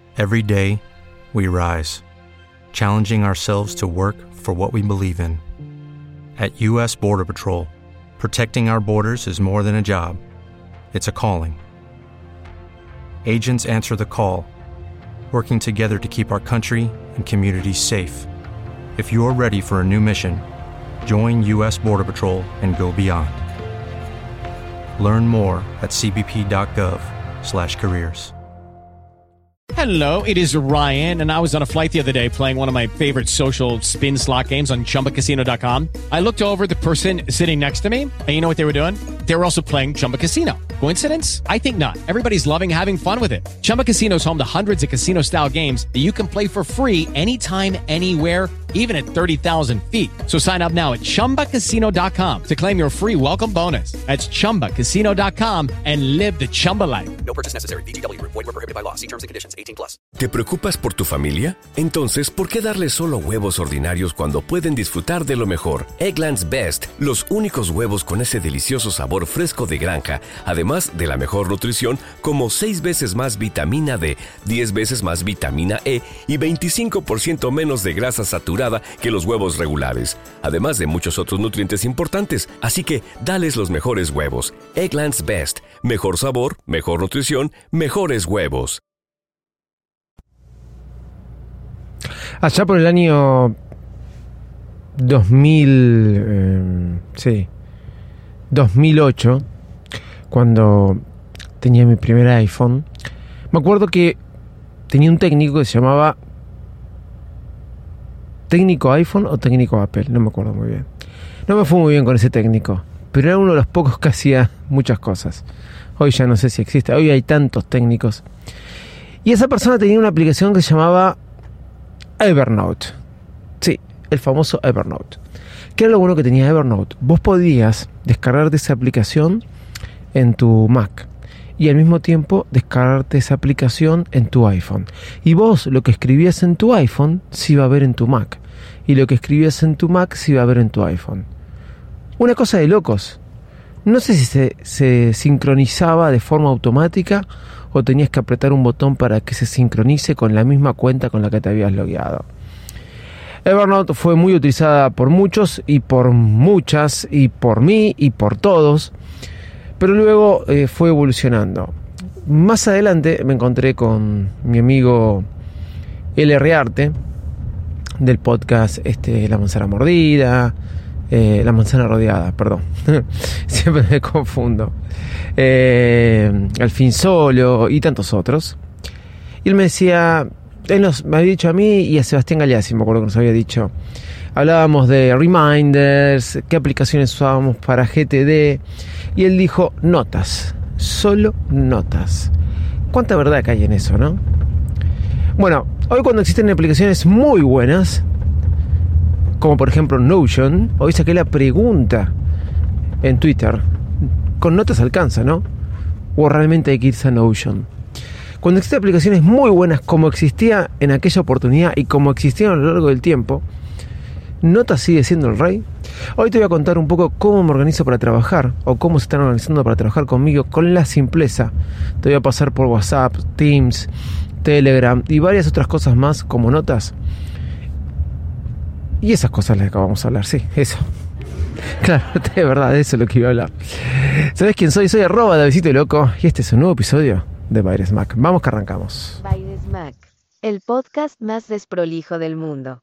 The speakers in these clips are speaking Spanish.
Every day, we rise, challenging ourselves to work for what we believe in. At U.S. Border Patrol, protecting our borders is more than a job. It's a calling. Agents answer the call, working together to keep our country and communities safe. If you're ready for a new mission, join U.S. Border Patrol and go beyond. Learn more at cbp.gov/careers. Hello, it is Ryan, and I was on a flight the other day playing one of my favorite social spin slot games on ChumbaCasino.com. I looked over at the person sitting next to me, and you know what they were doing? They were also playing Chumba Casino. Coincidence? I think not. Everybody's loving having fun with it. Chumba Casino is home to hundreds of casino-style games that you can play for free anytime, anywhere, even at 30,000 feet. So sign up now at ChumbaCasino.com to claim your free welcome bonus. That's ChumbaCasino.com and live the Chumba life. No purchase necessary. VGW. Void where prohibited by law. See terms and conditions. 18+. ¿Te preocupas por tu familia? Entonces, ¿por qué darles solo huevos ordinarios cuando pueden disfrutar de lo mejor? Eggland's Best, los únicos huevos con ese delicioso sabor fresco de granja, además de la mejor nutrición, como 6 veces más vitamina D, 10 veces más vitamina E y 25% menos de grasa saturada que los huevos regulares, además de muchos otros nutrientes importantes. Así que, dales los mejores huevos. Eggland's Best. Mejor sabor, mejor nutrición, mejores huevos. Allá por el año 2008, cuando tenía mi primer iPhone, me acuerdo que tenía un técnico que se llamaba técnico iPhone o técnico Apple, no me acuerdo muy bien. No me fue muy bien con ese técnico, pero era uno de los pocos que hacía muchas cosas. Hoy ya no sé si existe, hoy hay tantos técnicos. Y esa persona tenía una aplicación que se llamaba Evernote. Sí, el famoso Evernote. ¿Qué era lo bueno que tenía Evernote? Vos podías descargarte esa aplicación en tu Mac y al mismo tiempo descargarte esa aplicación en tu iPhone. Y vos lo que escribías en tu iPhone se iba a ver en tu Mac. Y lo que escribías en tu Mac se iba a ver en tu iPhone. Una cosa de locos. No sé si se sincronizaba de forma automática o tenías que apretar un botón para que se sincronice con la misma cuenta con la que te habías logueado. Evernote fue muy utilizada por muchos y por muchas y por mí y por todos, pero luego fue evolucionando. Más adelante me encontré con mi amigo LR Arte del podcast La Manzana Mordida, La Manzana Rodeada, perdón, siempre me confundo, Al Fin Solo y tantos otros. Y él me decía, me había dicho a mí y a Sebastián Galeazzi, me acuerdo que nos había dicho, hablábamos de reminders, qué aplicaciones usábamos para GTD, y él dijo notas, solo notas. ¿Cuánta verdad que hay en eso, no? Bueno, hoy cuando existen aplicaciones muy buenas, como por ejemplo Notion, hoy saqué la pregunta en Twitter, ¿con notas alcanza, no? ¿O realmente hay que irse a Notion? Cuando existen aplicaciones muy buenas como existía en aquella oportunidad y como existieron a lo largo del tiempo, ¿Notas sigue siendo el rey? Hoy te voy a contar un poco cómo me organizo para trabajar o cómo se están organizando para trabajar conmigo con la simpleza. Te voy a pasar por WhatsApp, Teams, Telegram y varias otras cosas más como Notas. Y esas cosas las que vamos a hablar, sí, eso. Claro, de verdad, de eso es lo que iba a hablar. ¿Sabes quién soy? Soy @Davidcito_Loco y este es un nuevo episodio de Baires Mac. Vamos que arrancamos. Baires Mac, el podcast más desprolijo del mundo.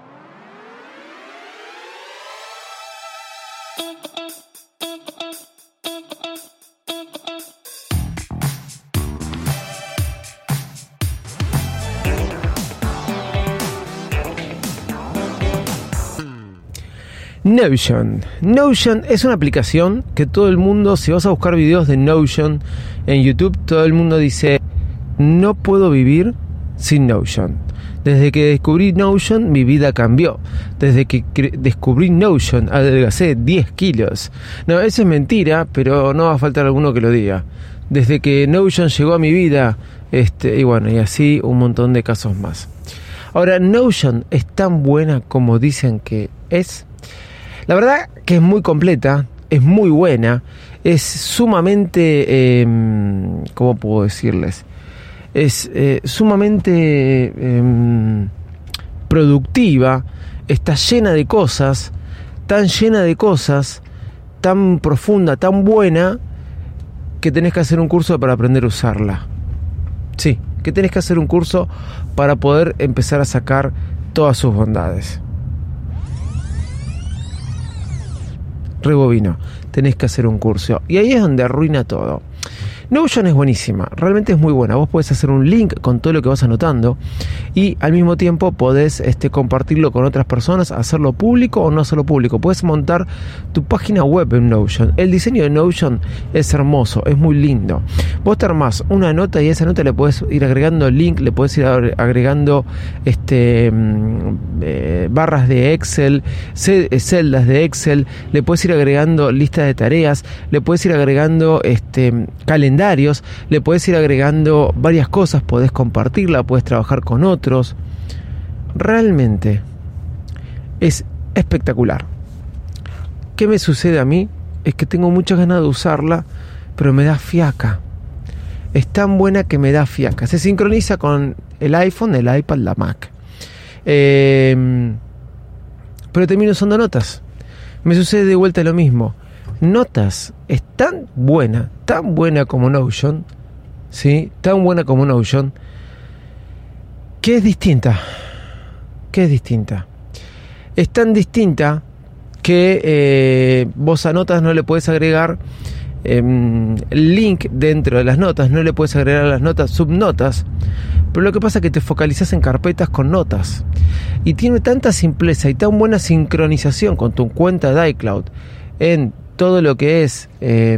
Notion es una aplicación que todo el mundo, si vas a buscar videos de Notion en YouTube, todo el mundo dice, no puedo vivir sin Notion. Desde que descubrí Notion, mi vida cambió. Desde que descubrí Notion, adelgacé 10 kilos. No, eso es mentira, pero no va a faltar alguno que lo diga. Desde que Notion llegó a mi vida, y bueno, y así un montón de casos más. Ahora, Notion es tan buena como dicen que es. La verdad que es muy completa, es muy buena, es sumamente, ¿cómo puedo decirles? es sumamente productiva, está llena de cosas, tan llena de cosas, tan profunda, tan buena, que tenés que hacer un curso para aprender a usarla. Sí, que tenés que hacer un curso para poder empezar a sacar todas sus bondades. Rebobino, tenés que hacer un curso. Y ahí es donde arruina todo. Notion es buenísima, realmente es muy buena. Vos podés hacer un link con todo lo que vas anotando y al mismo tiempo podés compartirlo con otras personas, hacerlo público o no hacerlo público. Podés montar tu página web en Notion. El diseño de Notion es hermoso, es muy lindo. Vos te armás una nota y a esa nota le podés ir agregando link, le podés ir agregando barras de Excel, celdas de Excel, le podés ir agregando listas de tareas, le podés ir agregando calendarios, le podés ir agregando varias cosas, podés compartirla, podés trabajar con otros. Realmente es espectacular. ¿Qué me sucede a mí? Es que tengo muchas ganas de usarla, pero me da fiaca. Es tan buena que me da fiaca. Se sincroniza con el iPhone, el iPad, la Mac. Pero termino usando Notas. Me sucede de vuelta lo mismo. Notas es tan buena como Notion, ¿sí? Tan buena como Notion, que es distinta. Es tan distinta que vos a Notas no le podés agregar link dentro de las notas, no le puedes agregar a las notas subnotas, pero lo que pasa es que te focalizas en carpetas con notas y tiene tanta simpleza y tan buena sincronización con tu cuenta de iCloud en todo lo que es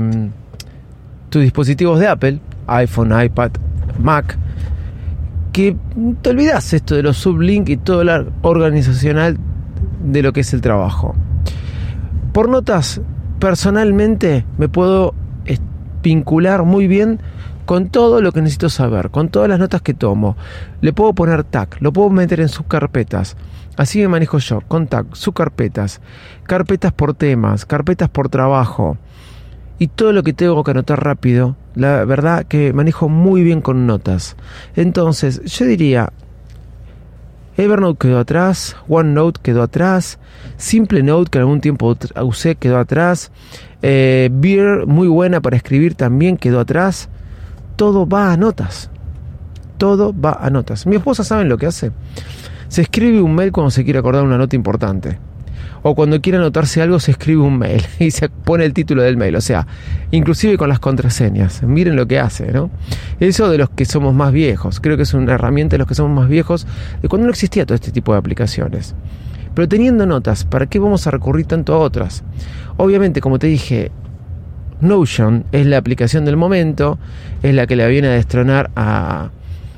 tus dispositivos de Apple, iPhone, iPad, Mac, que te olvidas esto de los sublinks y todo lo organizacional de lo que es el trabajo. Por Notas, personalmente me puedo vincular muy bien con todo lo que necesito saber, con todas las notas que tomo. Le puedo poner tag, lo puedo meter en subcarpetas. Así me manejo yo, con tag, subcarpetas, carpetas por temas, carpetas por trabajo. Y todo lo que tengo que anotar rápido, la verdad que manejo muy bien con Notas. Entonces, yo diría, Evernote quedó atrás, OneNote quedó atrás, Simple Note, que algún tiempo usé, quedó atrás, Beer, muy buena para escribir, también quedó atrás. Todo va a Notas. Todo va a Notas. Mi esposa, ¿saben lo que hace? Se escribe un mail cuando se quiere acordar una nota importante. O cuando quiere anotarse algo, se escribe un mail y se pone el título del mail. O sea, inclusive con las contraseñas. Miren lo que hace, ¿no? Eso de los que somos más viejos. Creo que es una herramienta de los que somos más viejos, de cuando no existía todo este tipo de aplicaciones. Pero teniendo Notas, ¿para qué vamos a recurrir tanto a otras? Obviamente, como te dije, Notion es la aplicación del momento, es la que le viene a destronar a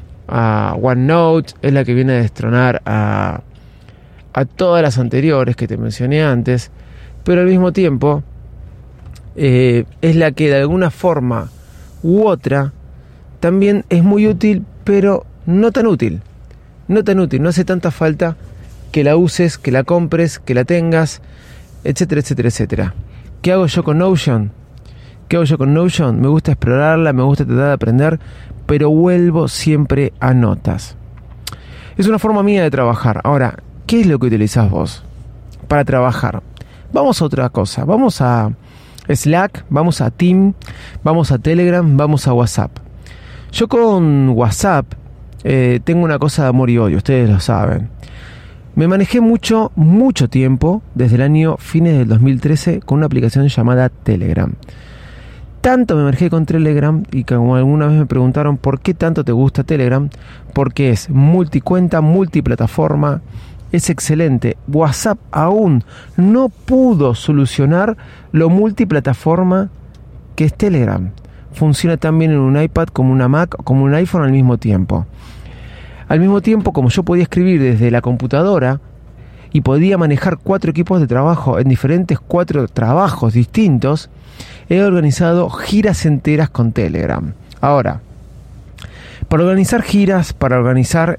OneNote, es la que viene a destronar a todas las anteriores que te mencioné antes, pero al mismo tiempo es la que de alguna forma u otra también es muy útil, pero no tan útil, no hace tanta falta que la uses, que la compres, que la tengas, etcétera, etcétera, etcétera. ¿Qué hago yo con Notion? Me gusta explorarla, me gusta tratar de aprender, pero vuelvo siempre a Notas. Es una forma mía de trabajar. Ahora, ¿qué es lo que utilizás vos para trabajar? Vamos a otra cosa. Vamos a Slack, vamos a Team, vamos a Telegram, vamos a WhatsApp. Yo con WhatsApp tengo una cosa de amor y odio, ustedes lo saben. Me manejé mucho tiempo, desde el año fines del 2013, con una aplicación llamada Telegram. Tanto me manejé con Telegram, y como alguna vez me preguntaron por qué tanto te gusta Telegram, porque es multicuenta, multiplataforma, es excelente. WhatsApp aún no pudo solucionar lo multiplataforma que es Telegram. Funciona también en un iPad, como una Mac, como un iPhone al mismo tiempo. Al mismo tiempo, como yo podía escribir desde la computadora y podía manejar 4 equipos de trabajo en diferentes 4 trabajos distintos, he organizado giras enteras con Telegram. Ahora, para organizar giras, para organizar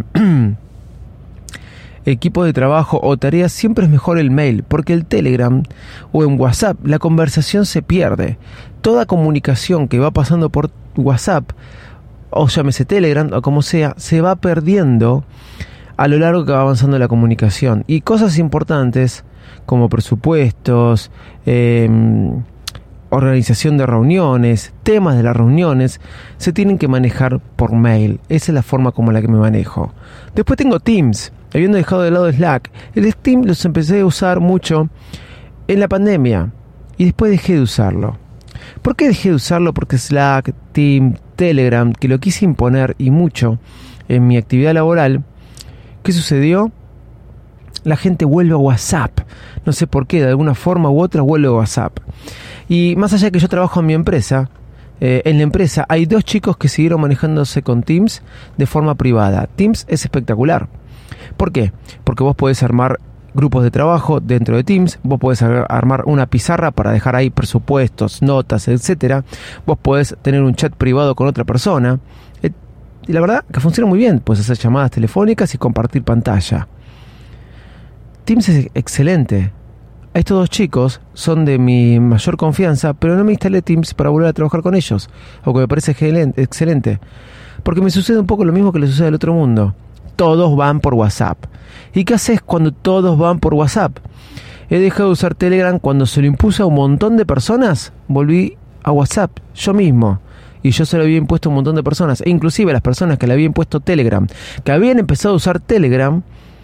equipo de trabajo o tareas, siempre es mejor el mail, porque el Telegram o en WhatsApp la conversación se pierde. Toda comunicación que va pasando por WhatsApp o llámese Telegram, o como sea, se va perdiendo a lo largo que va avanzando la comunicación. Y cosas importantes como presupuestos, organización de reuniones, temas de las reuniones, se tienen que manejar por mail. Esa es la forma como la que me manejo. Después tengo Teams, habiendo dejado de lado Slack. El Teams los empecé a usar mucho en la pandemia y después dejé de usarlo. ¿Por qué dejé de usarlo? Porque Slack, Teams, Telegram, que lo quise imponer y mucho en mi actividad laboral, ¿qué sucedió? La gente vuelve a WhatsApp. No sé por qué, de alguna forma u otra vuelve a WhatsApp. Y más allá de que yo trabajo en mi empresa, en la empresa hay 2 chicos que siguieron manejándose con Teams de forma privada. Teams es espectacular. ¿Por qué? Porque vos podés armar grupos de trabajo dentro de Teams, vos podés armar una pizarra para dejar ahí presupuestos, notas, etcétera. Vos podés tener un chat privado con otra persona. Y la verdad que funciona muy bien. Puedes hacer llamadas telefónicas y compartir pantalla. Teams es excelente. Estos 2 chicos son de mi mayor confianza, pero no me instalé Teams para volver a trabajar con ellos, o que me parece excelente, porque me sucede un poco lo mismo que le sucede al otro mundo. Todos van por WhatsApp. ¿Y qué haces cuando todos van por WhatsApp? He dejado de usar Telegram cuando se lo impuse a un montón de personas, volví a WhatsApp, yo mismo. Y yo se lo había impuesto a un montón de personas, e inclusive las personas que le habían puesto Telegram, que habían empezado a usar Telegram,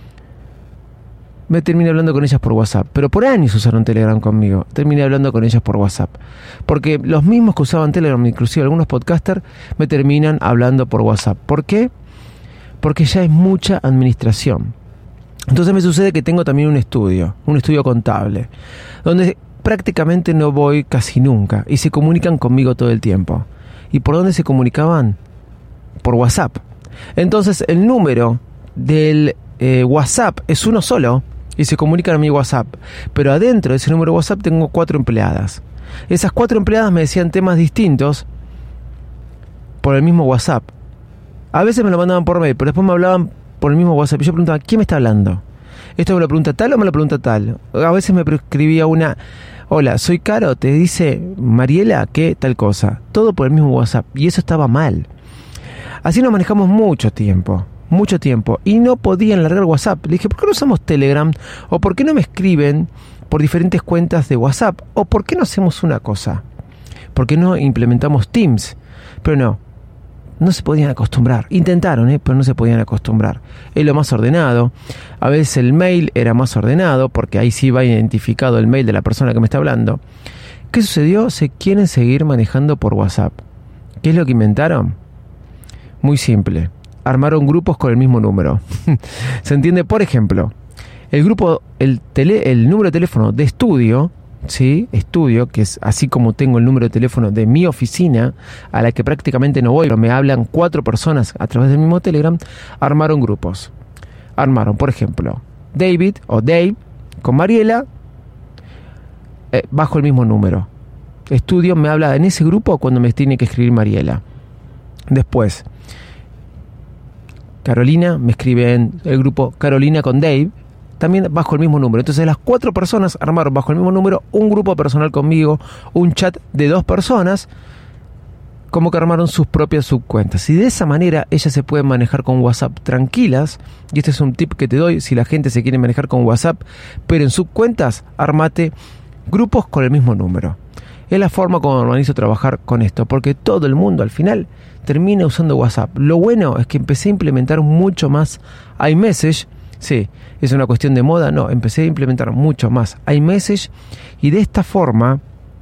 me terminé hablando con ellas por WhatsApp. Pero por años usaron Telegram conmigo. Terminé hablando con ellas por WhatsApp. Porque los mismos que usaban Telegram, inclusive algunos podcasters, me terminan hablando por WhatsApp. ¿Por qué? Porque ya es mucha administración. Entonces me sucede que tengo también un estudio contable, donde prácticamente no voy casi nunca. Y se comunican conmigo todo el tiempo. ¿Y por dónde se comunicaban? Por WhatsApp. Entonces el número del WhatsApp es uno solo. Y se comunican a mi WhatsApp. Pero adentro de ese número de WhatsApp tengo 4 empleadas. Esas 4 empleadas me decían temas distintos por el mismo WhatsApp. A veces me lo mandaban por mail, pero después me hablaban por el mismo WhatsApp. Y yo preguntaba, ¿quién me está hablando? ¿Esto me lo pregunta tal o me lo pregunta tal? A veces me escribía una, hola, soy Caro, te dice Mariela que tal cosa. Todo por el mismo WhatsApp. Y eso estaba mal. Así nos manejamos mucho tiempo, y no podían largar WhatsApp. Le dije, ¿por qué no usamos Telegram? ¿O por qué no me escriben por diferentes cuentas de WhatsApp? ¿O por qué no hacemos una cosa? ¿Por qué no implementamos Teams? Pero no se podían acostumbrar. Intentaron, pero no se podían acostumbrar. Es lo más ordenado. A veces el mail era más ordenado, porque ahí sí va identificado el mail de la persona que me está hablando. ¿Qué sucedió? Se quieren seguir manejando por WhatsApp. ¿Qué es lo que inventaron? Muy simple. Armaron grupos con el mismo número. ¿Se entiende? Por ejemplo, el grupo, el número de teléfono de estudio, ¿sí? Estudio, que es así como tengo el número de teléfono de mi oficina, a la que prácticamente no voy, pero me hablan 4 personas a través del mismo Telegram. Armaron grupos. Armaron, por ejemplo, David o Dave con Mariela, bajo el mismo número. Estudio me habla en ese grupo cuando me tiene que escribir Mariela. Después, Carolina me escribe en el grupo Carolina con Dave, también bajo el mismo número. Entonces las 4 personas armaron bajo el mismo número un grupo personal conmigo, un chat de 2 personas, como que armaron sus propias subcuentas. Y de esa manera ellas se pueden manejar con WhatsApp tranquilas. Y este es un tip que te doy: si la gente se quiere manejar con WhatsApp, pero en subcuentas, armate grupos con el mismo número. Es la forma como organizo trabajar con esto, porque todo el mundo al final termina usando WhatsApp. Lo bueno es que empecé a implementar mucho más iMessage. Sí, es una cuestión de moda. No, empecé a implementar mucho más iMessage, y de esta forma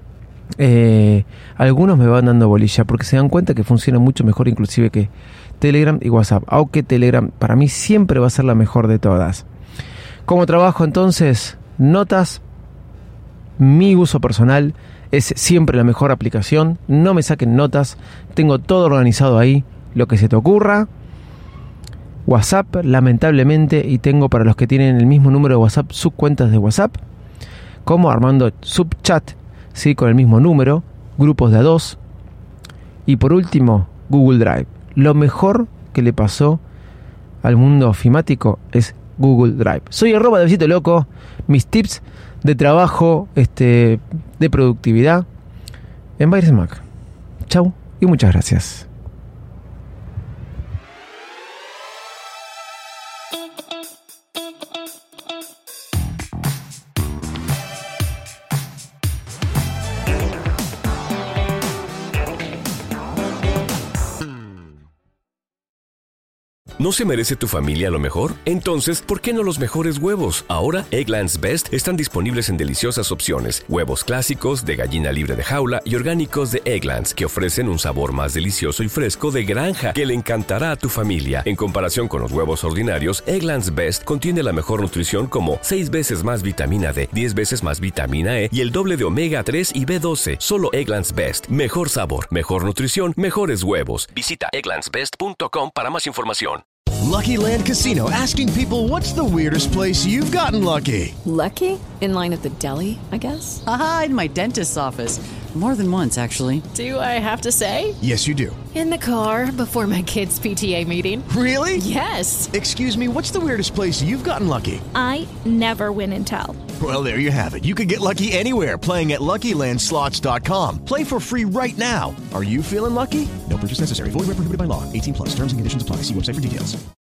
algunos me van dando bolilla, porque se dan cuenta que funciona mucho mejor inclusive que Telegram y WhatsApp, aunque Telegram para mí siempre va a ser la mejor de todas. ¿Cómo trabajo entonces? Notas, mi uso personal es siempre la mejor aplicación. No me saquen notas, tengo todo organizado ahí, lo que se te ocurra. WhatsApp, lamentablemente, y tengo, para los que tienen el mismo número de WhatsApp, subcuentas de WhatsApp, como armando subchat, ¿sí? Con el mismo número, grupos de a 2. Y por último, Google Drive. Lo mejor que le pasó al mundo ofimático es Google Drive. Soy @DaviditoLoco. Mis tips de trabajo, de productividad en Buyers Mac. Chau y muchas gracias. ¿No se merece tu familia lo mejor? Entonces, ¿por qué no los mejores huevos? Ahora, Eggland's Best están disponibles en deliciosas opciones. Huevos clásicos, de gallina libre de jaula y orgánicos de Eggland's, que ofrecen un sabor más delicioso y fresco de granja que le encantará a tu familia. En comparación con los huevos ordinarios, Eggland's Best contiene la mejor nutrición como 6 veces más vitamina D, 10 veces más vitamina E y el doble de omega 3 y B12. Solo Eggland's Best. Mejor sabor, mejor nutrición, mejores huevos. Visita egglandsbest.com para más información. Lucky Land Casino, asking people, what's the weirdest place you've gotten lucky? Lucky? In line at the deli, I guess? Aha, in my dentist's office. More than once, actually. Do I have to say? Yes, you do. In the car, before my kids' PTA meeting. Really? Yes. Excuse me, what's the weirdest place you've gotten lucky? I never win and tell. Well, there you have it. You can get lucky anywhere, playing at LuckyLandSlots.com. Play for free right now. Are you feeling lucky? No purchase necessary. Void where prohibited by law. 18+. Terms and conditions apply. See website for details.